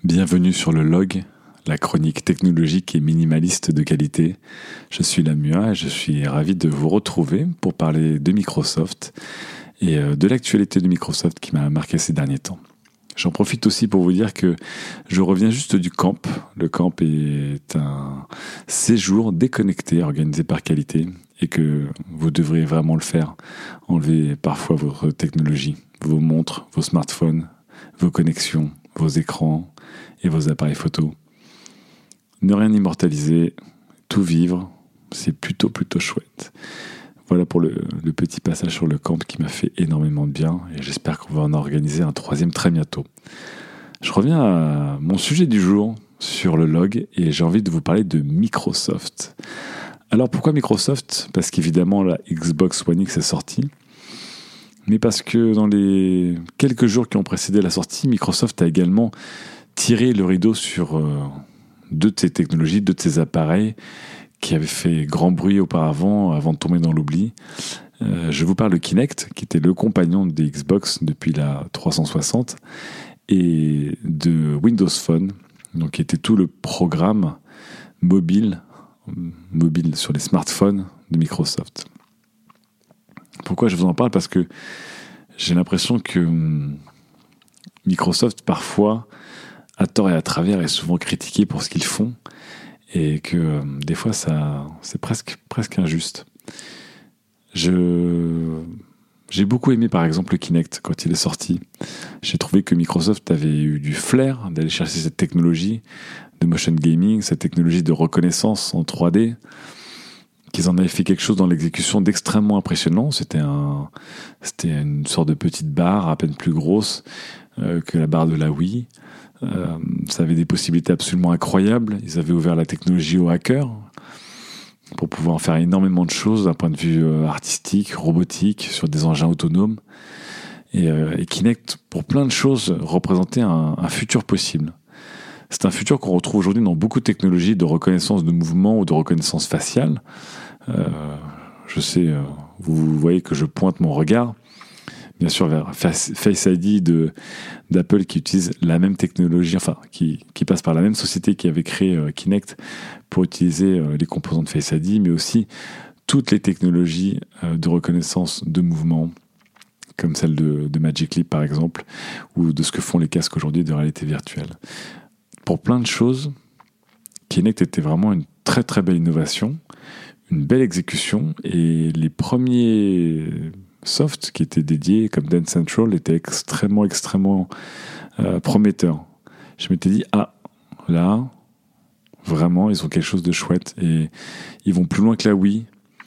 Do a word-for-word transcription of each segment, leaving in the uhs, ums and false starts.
Bienvenue sur le Log, la chronique technologique et minimaliste de qualité. Je suis Lamua et je suis ravi de vous retrouver pour parler de Microsoft et de l'actualité de Microsoft qui m'a marqué ces derniers temps. J'en profite aussi pour vous dire que je reviens juste du camp. Le camp est un séjour déconnecté organisé par Qualité et que vous devriez vraiment le faire. Enlevez parfois votre technologie, vos montres, vos smartphones, vos connexions, vos écrans et vos appareils photo. Ne rien immortaliser, tout vivre, c'est plutôt plutôt chouette. Voilà pour le, le petit passage sur le camp qui m'a fait énormément de bien et j'espère qu'on va en organiser un troisième très bientôt. Je reviens à mon sujet du jour sur le log et j'ai envie de vous parler de Microsoft. Alors pourquoi Microsoft ? Parce qu'évidemment la Xbox One X est sortie, mais parce que dans les quelques jours qui ont précédé la sortie, Microsoft a également tiré le rideau sur euh, deux de ses technologies, deux de ses appareils qui avaient fait grand bruit auparavant avant de tomber dans l'oubli. Euh, je vous parle de Kinect, qui était le compagnon des Xbox depuis la trois cent soixante, et de Windows Phone, donc qui était tout le programme mobile, mobile sur les smartphones de Microsoft. Pourquoi je vous en parle ? Parce que j'ai l'impression que Microsoft, parfois, à tort et à travers, est souvent critiqué pour ce qu'ils font et que euh, des fois, ça, c'est presque, presque injuste. Je, j'ai beaucoup aimé, par exemple, le Kinect quand il est sorti. J'ai trouvé que Microsoft avait eu du flair d'aller chercher cette technologie de motion gaming, cette technologie de reconnaissance en trois D, qu'ils en avaient fait quelque chose dans l'exécution d'extrêmement impressionnant. C'était, un, c'était une sorte de petite barre à peine plus grosse euh, que la barre de la Wii. Euh, ça avait des possibilités absolument incroyables. Ils avaient ouvert la technologie aux hackers pour pouvoir en faire énormément de choses d'un point de vue euh, artistique, robotique, sur des engins autonomes. Et, euh, et Kinect, pour plein de choses, représentait un, un futur possible. C'est un futur qu'on retrouve aujourd'hui dans beaucoup de technologies de reconnaissance de mouvement ou de reconnaissance faciale. Euh, je sais, euh, vous voyez que je pointe mon regard, bien sûr, vers Face I D de, d'Apple qui utilise la même technologie, enfin, qui, qui passe par la même société qui avait créé euh, Kinect pour utiliser euh, les composants de Face I D, mais aussi toutes les technologies euh, de reconnaissance de mouvement, comme celle de, de Magic Leap par exemple, ou de ce que font les casques aujourd'hui de réalité virtuelle. Pour plein de choses, Kinect était vraiment une très très belle innovation, une belle exécution, et les premiers softs qui étaient dédiés, comme Dance Central, étaient extrêmement extrêmement euh, prometteurs. Je m'étais dit, ah, là, vraiment, ils ont quelque chose de chouette, et ils vont plus loin que la Wii,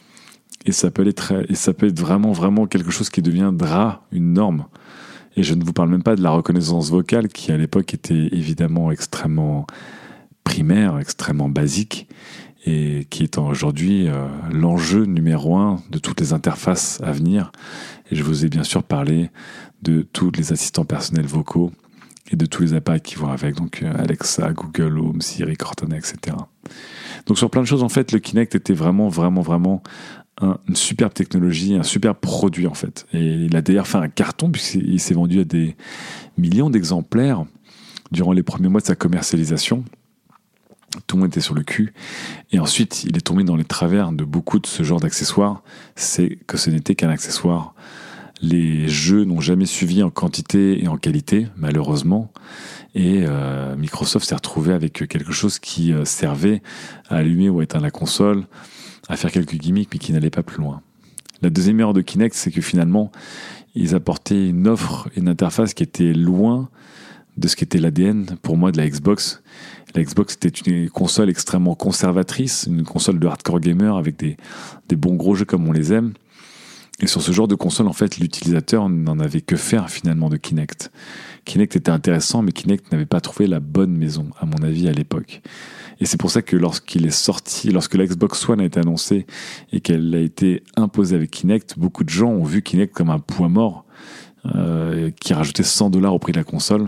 et ça peut être, et ça peut être vraiment vraiment quelque chose qui deviendra une norme. Et je ne vous parle même pas de la reconnaissance vocale qui, à l'époque, était évidemment extrêmement primaire, extrêmement basique, et qui est aujourd'hui euh, l'enjeu numéro un de toutes les interfaces à venir. Et je vous ai bien sûr parlé de tous les assistants personnels vocaux et de tous les appareils qui vont avec, donc euh, Alexa, Google Home, Siri, Cortana, et cetera. Donc sur plein de choses, en fait, le Kinect était vraiment, vraiment, vraiment Un, une superbe technologie, un superbe produit en fait. Et il a d'ailleurs fait un carton puisqu'il s'est vendu à des millions d'exemplaires durant les premiers mois de sa commercialisation. Tout le monde était sur le cul. Et ensuite, il est tombé dans les travers de beaucoup de ce genre d'accessoires. C'est que ce n'était qu'un accessoire. Les jeux n'ont jamais suivi en quantité et en qualité, malheureusement. Et euh, Microsoft s'est retrouvé avec quelque chose qui euh, servait à allumer ou à éteindre la console, à faire quelques gimmicks, mais qui n'allait pas plus loin. La deuxième erreur de Kinect, c'est que finalement, ils apportaient une offre, une interface qui était loin de ce qu'était l'A D N, pour moi, de la Xbox. La Xbox était une console extrêmement conservatrice, une console de hardcore gamer avec des, des bons gros jeux comme on les aime. Et sur ce genre de console, en fait, l'utilisateur n'en avait que faire, finalement, de Kinect. Kinect était intéressant, mais Kinect n'avait pas trouvé la bonne maison, à mon avis, à l'époque. Et c'est pour ça que lorsqu'il est sorti, lorsque la Xbox One a été annoncée et qu'elle a été imposée avec Kinect, beaucoup de gens ont vu Kinect comme un poids mort euh, qui rajoutait cent dollars au prix de la console.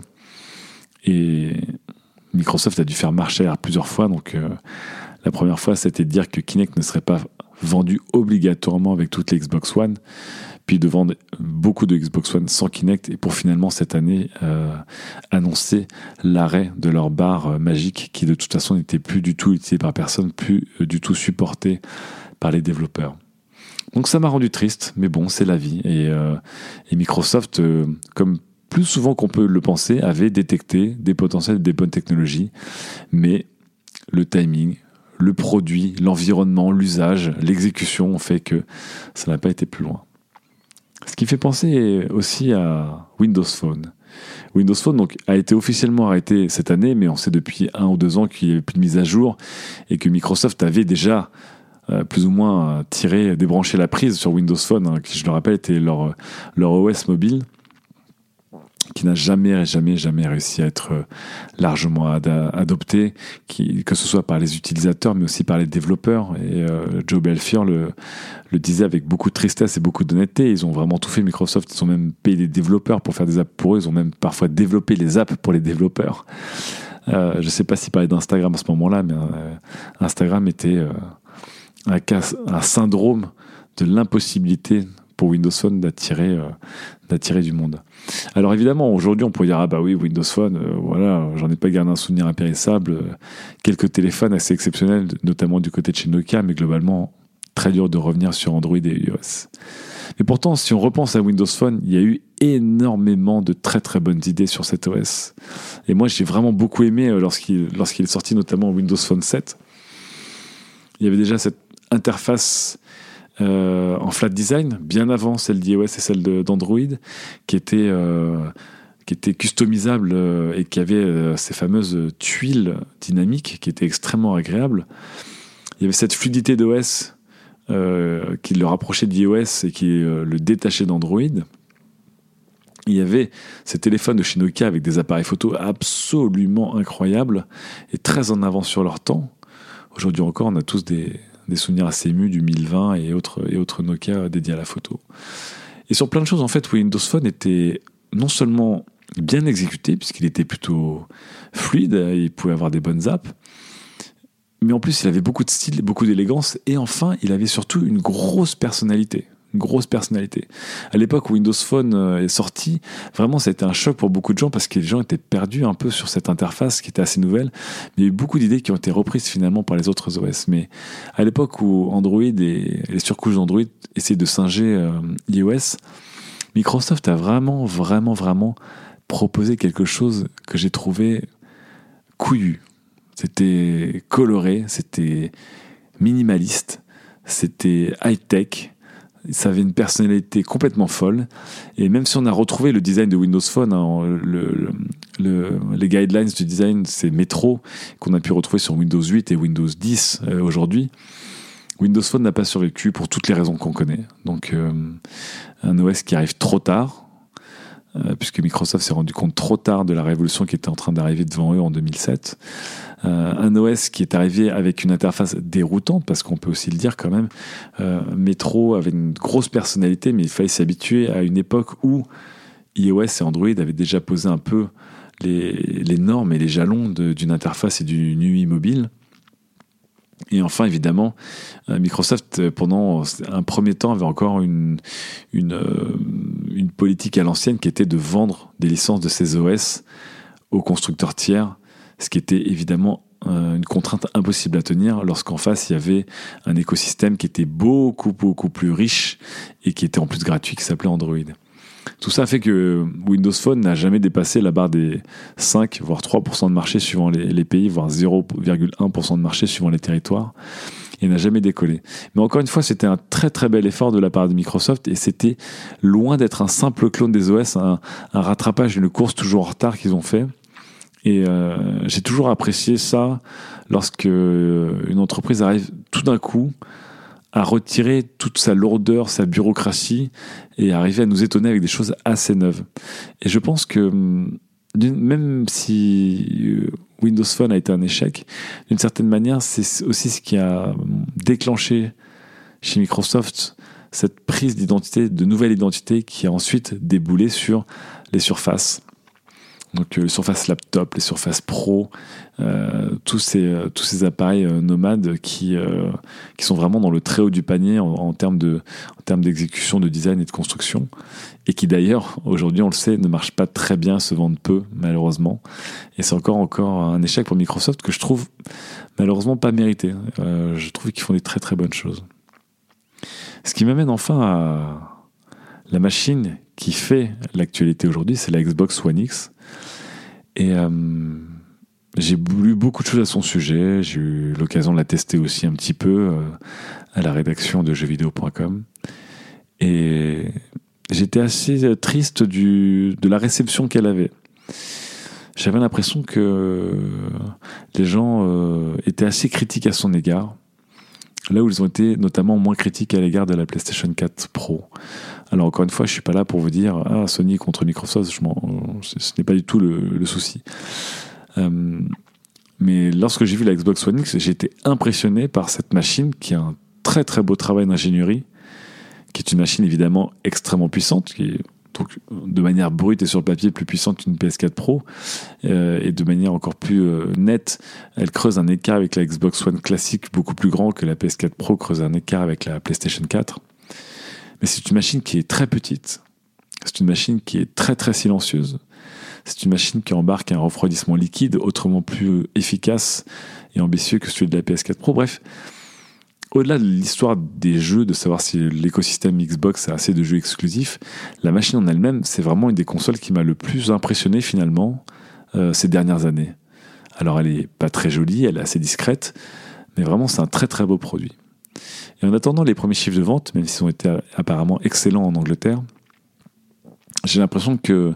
Et Microsoft a dû faire marche arrière plusieurs fois. Donc euh, la première fois, c'était de dire que Kinect ne serait pas vendu obligatoirement avec toutes les Xbox One, puis de vendre beaucoup de Xbox One sans Kinect, et pour finalement cette année euh, annoncer l'arrêt de leur barre euh, magique qui de toute façon n'était plus du tout utilisée par personne, plus euh, du tout supportée par les développeurs. Donc ça m'a rendu triste, mais bon, c'est la vie. Et, euh, et Microsoft, euh, comme plus souvent qu'on peut le penser, avait détecté des potentiels, des bonnes technologies, mais le timing, le produit, l'environnement, l'usage, l'exécution ont fait que ça n'a pas été plus loin. Ce qui fait penser aussi à Windows Phone. Windows Phone donc, a été officiellement arrêté cette année, mais on sait depuis un ou deux ans qu'il n'y avait plus de mise à jour et que Microsoft avait déjà euh, plus ou moins tiré, débranché la prise sur Windows Phone, hein, qui, je le rappelle, était leur, leur O S mobile, qui n'a jamais, jamais, jamais réussi à être largement ad- adopté, qui, que ce soit par les utilisateurs, mais aussi par les développeurs. Et euh, Joe Belfiore le, le disait avec beaucoup de tristesse et beaucoup d'honnêteté. Ils ont vraiment tout fait, Microsoft. Ils ont même payé des développeurs pour faire des apps pour eux. Ils ont même parfois développé les apps pour les développeurs. Euh, je ne sais pas s'il parlait d'Instagram à ce moment-là, mais euh, Instagram était euh, un, cas, un syndrome de l'impossibilité pour Windows Phone d'attirer, euh, d'attirer du monde. Alors évidemment, aujourd'hui, on pourrait dire « Ah bah oui, Windows Phone, euh, voilà, j'en ai pas gardé un souvenir impérissable. Euh, quelques téléphones assez exceptionnels, notamment du côté de chez Nokia, mais globalement, très dur de revenir sur Android et iOS. » Mais pourtant, si on repense à Windows Phone, il y a eu énormément de très très bonnes idées sur cet O S. Et moi, j'ai vraiment beaucoup aimé euh, lorsqu'il, lorsqu'il est sorti, notamment Windows Phone sept. Il y avait déjà cette interface Euh, en flat design, bien avant celle d'iOS et celle de, d'Android, qui était, euh, qui était customisable euh, et qui avait euh, ces fameuses tuiles dynamiques qui étaient extrêmement agréables. Il y avait cette fluidité d'O S euh, qui le rapprochait d'iOS et qui euh, le détachait d'Android. Il y avait ces téléphones de chez Nokia avec des appareils photo absolument incroyables et très en avance sur leur temps. Aujourd'hui encore, on a tous des des souvenirs assez émus du mille vingt et autres, et autres Nokia dédiés à la photo. Et sur plein de choses, en fait, Windows Phone était non seulement bien exécuté, puisqu'il était plutôt fluide, il pouvait avoir des bonnes apps, mais en plus, il avait beaucoup de style, beaucoup d'élégance, et enfin, il avait surtout une grosse personnalité. Une grosse personnalité. À l'époque où Windows Phone est sorti, vraiment, ça a été un choc pour beaucoup de gens parce que les gens étaient perdus un peu sur cette interface qui était assez nouvelle. Mais il y a eu beaucoup d'idées qui ont été reprises finalement par les autres O S. Mais à l'époque où Android et les surcouches d'Android essayaient de singer euh, iOS, Microsoft a vraiment, vraiment, vraiment proposé quelque chose que j'ai trouvé couillu. C'était coloré, c'était minimaliste, c'était high-tech. Ça avait une personnalité complètement folle. Et même si on a retrouvé le design de Windows Phone, hein, le, le, les guidelines du design, c'est Metro, qu'on a pu retrouver sur Windows huit et Windows dix euh, aujourd'hui, Windows Phone n'a pas survécu pour toutes les raisons qu'on connaît. Donc, euh, un O S qui arrive trop tard, euh, puisque Microsoft s'est rendu compte trop tard de la révolution qui était en train d'arriver devant eux en deux mille sept. Euh, un O S qui est arrivé avec une interface déroutante, parce qu'on peut aussi le dire quand même. Euh, Metro avait une grosse personnalité, mais il fallait s'habituer à une époque où iOS et Android avaient déjà posé un peu les, les normes et les jalons de, d'une interface et d'une U I mobile. Et enfin, évidemment, Microsoft, pendant un premier temps, avait encore une, une, une politique à l'ancienne qui était de vendre des licences de ces O S aux constructeurs tiers, ce qui était évidemment une contrainte impossible à tenir lorsqu'en face, il y avait un écosystème qui était beaucoup, beaucoup plus riche et qui était en plus gratuit, qui s'appelait Android. Tout ça fait que Windows Phone n'a jamais dépassé la barre des cinq, voire trois pour cent de marché suivant les, les pays, voire zéro virgule un pour cent de marché suivant les territoires, et n'a jamais décollé. Mais encore une fois, c'était un très très bel effort de la part de Microsoft, et c'était loin d'être un simple clone des O S, un, un rattrapage d'une course toujours en retard qu'ils ont fait. Et euh, j'ai toujours apprécié ça lorsque une entreprise arrive tout d'un coup à retirer toute sa lourdeur, sa bureaucratie et arriver à nous étonner avec des choses assez neuves. Et je pense que même si Windows Phone a été un échec, d'une certaine manière, c'est aussi ce qui a déclenché chez Microsoft cette prise d'identité, de nouvelle identité qui a ensuite déboulé sur les surfaces. Donc euh, les Surface Laptop, les Surface Pro, euh, tous ces euh, tous ces appareils euh, nomades qui euh, qui sont vraiment dans le très haut du panier en, en termes de en termes d'exécution, de design et de construction, et qui d'ailleurs aujourd'hui on le sait ne marchent pas très bien, se vendent peu malheureusement, et c'est encore encore un échec pour Microsoft que je trouve malheureusement pas mérité. Euh, je trouve qu'ils font des très très bonnes choses. Ce qui m'amène enfin à la machine qui fait l'actualité aujourd'hui, c'est la Xbox One X. Et euh, j'ai lu beaucoup de choses à son sujet. J'ai eu l'occasion de la tester aussi un petit peu euh, à la rédaction de jeux vidéo point com. Et j'étais assez triste du, de la réception qu'elle avait. J'avais l'impression que les gens euh, étaient assez critiques à son égard, là où ils ont été notamment moins critiques à l'égard de la PlayStation quatre Pro. Alors encore une fois, je suis pas là pour vous dire ah, Sony contre Microsoft, je m'en, ce, ce n'est pas du tout le, le souci. Euh, mais lorsque j'ai vu la Xbox One X, j'ai été impressionné par cette machine qui a un très très beau travail d'ingénierie, qui est une machine évidemment extrêmement puissante, qui est donc de manière brute et sur le papier plus puissante qu'une P S quatre Pro, euh, et de manière encore plus euh, nette, elle creuse un écart avec la Xbox One classique beaucoup plus grand que la P S quatre Pro creuse un écart avec la PlayStation quatre. Mais c'est une machine qui est très petite, c'est une machine qui est très très silencieuse, c'est une machine qui embarque un refroidissement liquide autrement plus efficace et ambitieux que celui de la P S quatre Pro. Bref, au-delà de l'histoire des jeux, de savoir si l'écosystème Xbox a assez de jeux exclusifs, la machine en elle-même, c'est vraiment une des consoles qui m'a le plus impressionné finalement euh, ces dernières années. Alors elle est pas très jolie, elle est assez discrète, mais vraiment c'est un très très beau produit. Et en attendant les premiers chiffres de vente, même s'ils ont été apparemment excellents en Angleterre, j'ai l'impression que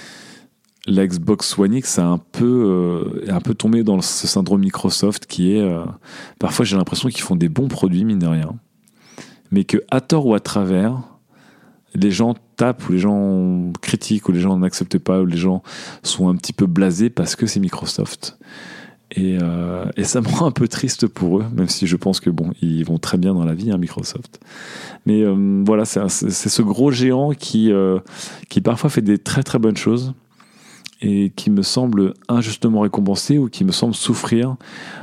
la Xbox One X a un peu, euh, est un peu tombé dans ce syndrome Microsoft qui est, euh, parfois j'ai l'impression qu'ils font des bons produits, mine de rien, mais que à tort ou à travers, les gens tapent ou les gens critiquent ou les gens n'acceptent pas ou les gens sont un petit peu blasés parce que c'est Microsoft. Et, euh, et ça me rend un peu triste pour eux, même si je pense que bon, ils vont très bien dans la vie, hein, Microsoft. Mais euh, voilà, c'est, un, c'est ce gros géant qui, euh, qui parfois fait des très très bonnes choses et qui me semble injustement récompensé ou qui me semble souffrir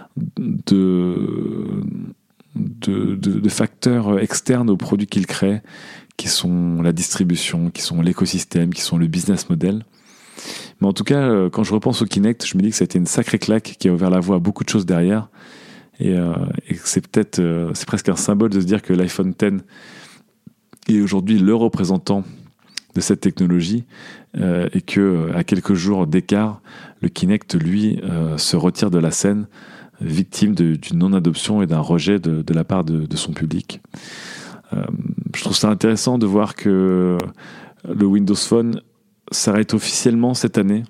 de, de, de, de facteurs externes aux produits qu'il crée, qui sont la distribution, qui sont l'écosystème, qui sont le business model. Mais en tout cas, quand je repense au Kinect, je me dis que ça a été une sacrée claque qui a ouvert la voie à beaucoup de choses derrière. Et, euh, et que c'est peut-être, euh, c'est presque un symbole de se dire que l'iPhone X est aujourd'hui le représentant de cette technologie euh, et que à quelques jours d'écart, le Kinect, lui, euh, se retire de la scène, victime de, d'une non-adoption et d'un rejet de, de la part de, de son public. Euh, je trouve ça intéressant de voir que le Windows Phone s'arrête officiellement cette année,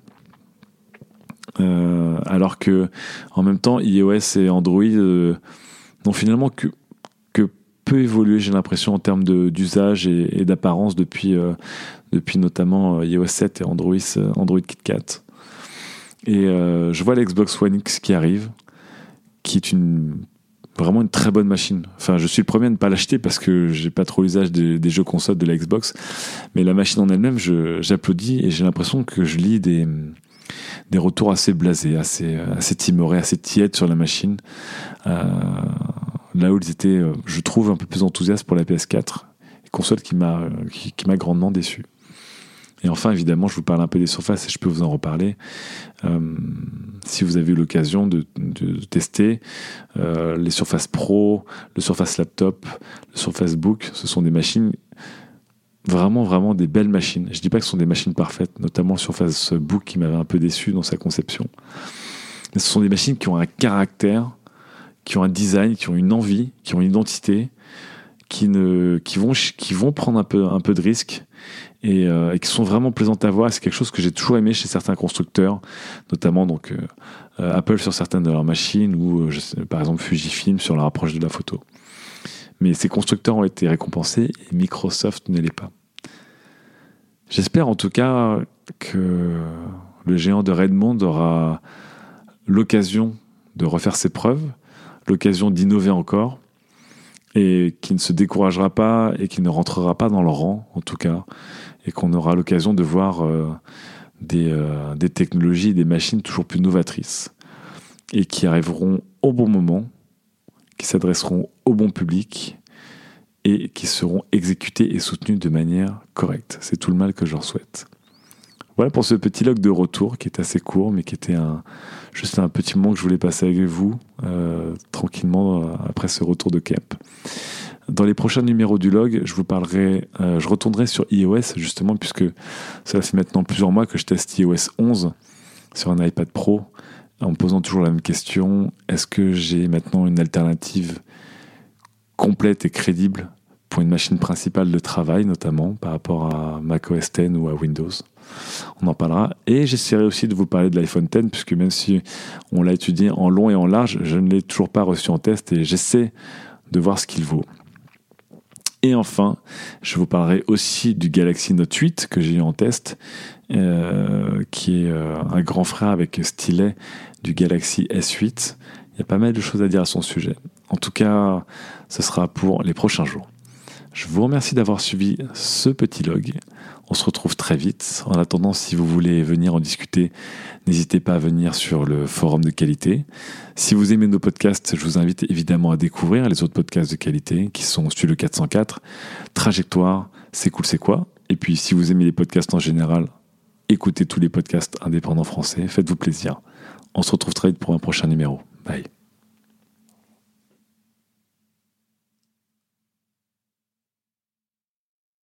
euh, alors que en même temps iOS et Android euh, n'ont finalement que, que peu évolué, j'ai l'impression, en termes de, d'usage et, et d'apparence depuis, euh, depuis notamment iOS sept et Android, Android KitKat. Et euh, je vois la Xbox One X qui arrive, qui est une vraiment une très bonne machine. Enfin, je suis le premier à ne pas l'acheter parce que j'ai pas trop l'usage des, des jeux consoles de la Xbox. Mais la machine en elle-même, je, j'applaudis et j'ai l'impression que je lis des, des retours assez blasés, assez, assez timorés, assez tièdes sur la machine. Euh, là où ils étaient, je trouve, un peu plus enthousiastes pour la P S quatre. Une console qui m'a, qui, qui m'a grandement déçu. Et enfin, évidemment, je vous parle un peu des surfaces et je peux vous en reparler. Euh, si vous avez eu l'occasion de, de, de tester euh, les Surface Pro, le Surface Laptop, le Surface Book, ce sont des machines vraiment, vraiment des belles machines. Je ne dis pas que ce sont des machines parfaites, notamment le Surface Book qui m'avait un peu déçu dans sa conception. Mais ce sont des machines qui ont un caractère, qui ont un design, qui ont une envie, qui ont une identité, qui, ne, qui, vont, qui vont prendre un peu, un peu de risques. Et, euh, et qui sont vraiment plaisantes à voir. C'est quelque chose que j'ai toujours aimé chez certains constructeurs, notamment donc euh, Apple sur certaines de leurs machines ou euh, je sais, par exemple Fujifilm sur leur approche de la photo. Mais ces constructeurs ont été récompensés et Microsoft ne l'est pas. J'espère en tout cas que le géant de Redmond aura l'occasion de refaire ses preuves, l'occasion d'innover encore, et qui ne se découragera pas et qui ne rentrera pas dans le rang, en tout cas, et qu'on aura l'occasion de voir, euh, des, euh, des technologies, des machines toujours plus novatrices et qui arriveront au bon moment, qui s'adresseront au bon public et qui seront exécutées et soutenues de manière correcte. C'est tout le mal que je leur souhaite. Voilà pour ce petit log de retour qui est assez court, mais qui était un, juste un petit moment que je voulais passer avec vous euh, tranquillement euh, après ce retour de camp. Dans les prochains numéros du log, je vous parlerai, euh, je retournerai sur iOS justement, puisque cela fait maintenant plusieurs mois que je teste iOS onze sur un iPad Pro, en me posant toujours la même question: est-ce que j'ai maintenant une alternative complète et crédible pour une machine principale de travail, notamment par rapport à macOS dix ou à Windows? On en parlera. Et j'essaierai aussi de vous parler de l'iPhone dix, puisque même si on l'a étudié en long et en large, je ne l'ai toujours pas reçu en test et j'essaie de voir ce qu'il vaut. Et enfin, je vous parlerai aussi du Galaxy Note huit que j'ai eu en test, euh, qui est euh, un grand frère avec stylet du Galaxy S huit. Il y a pas mal de choses à dire à son sujet. En tout cas, ce sera pour les prochains jours. Je vous remercie d'avoir suivi ce petit log. On se retrouve très vite. En attendant, si vous voulez venir en discuter, n'hésitez pas à venir sur le forum de qualité. Si vous aimez nos podcasts, je vous invite évidemment à découvrir les autres podcasts de qualité qui sont Studio quatre cent quatre, Trajectoire, C'est cool, c'est quoi. Et puis, si vous aimez les podcasts en général, écoutez tous les podcasts indépendants français. Faites-vous plaisir. On se retrouve très vite pour un prochain numéro. Bye.